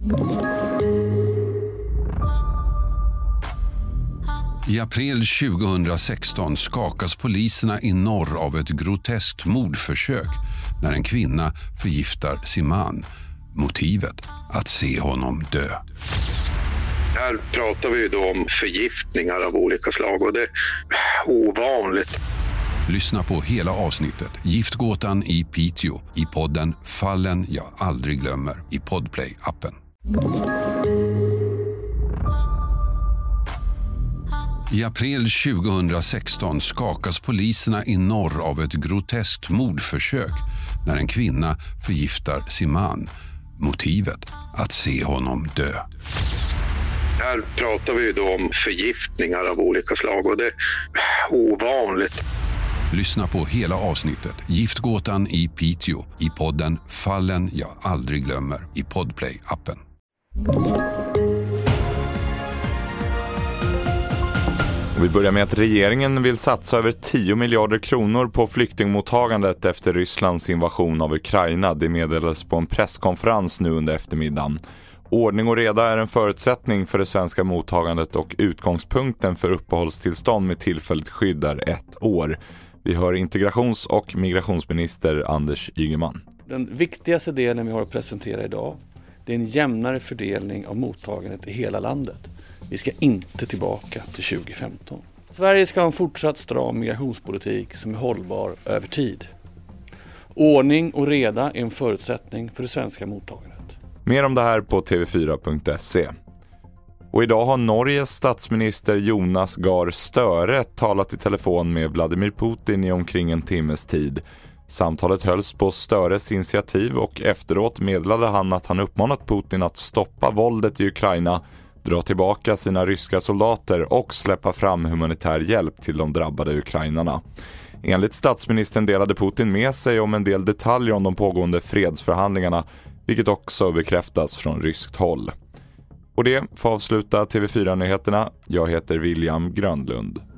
I april 2016 skakas poliserna i norr av ett groteskt mordförsök när en kvinna förgiftar sin man. Motivet: att se honom dö. Här pratar vi då om förgiftningar av olika slag och det är ovanligt. Lyssna på hela avsnittet Giftgåtan i Piteå i podden Fallen jag aldrig glömmer i Podplay-appen. I april 2016 skakas poliserna i norr av ett groteskt mordförsök när en kvinna förgiftar sin man. Motivet: att se honom dö. Här pratar vi då om förgiftningar av olika slag och det är ovanligt. Lyssna på hela avsnittet Giftgåtan i Piteå i podden Fallen jag aldrig glömmer i Podplay-appen. Vi börjar med att regeringen vill satsa över 10 miljarder kronor på flyktingmottagandet efter Rysslands invasion av Ukraina. Det meddelades på en presskonferens nu under eftermiddagen. Ordning och reda är en förutsättning för det svenska mottagandet och utgångspunkten för uppehållstillstånd med tillfälligt skydd är 1 år. Vi hör integrations- och migrationsminister Anders Ygeman. Den viktigaste delen vi har att presentera idag, det är en jämnare fördelning av mottagandet i hela landet. Vi ska inte tillbaka till 2015. Sverige ska ha en fortsatt stram migrationspolitik som är hållbar över tid. Ordning och reda är en förutsättning för det svenska mottagandet. Mer om det här på tv4.se. Och idag har Norges statsminister Jonas Gahr Støre talat i telefon med Vladimir Putin i omkring en timmes tid. Samtalet hölls på Støres initiativ och efteråt meddelade han att han uppmanat Putin att stoppa våldet i Ukraina, dra tillbaka sina ryska soldater och släppa fram humanitär hjälp till de drabbade ukrainarna. Enligt statsministern delade Putin med sig om en del detaljer om de pågående fredsförhandlingarna, vilket också bekräftas från ryskt håll. Och det får avsluta TV4-nyheterna. Jag heter William Grönlund.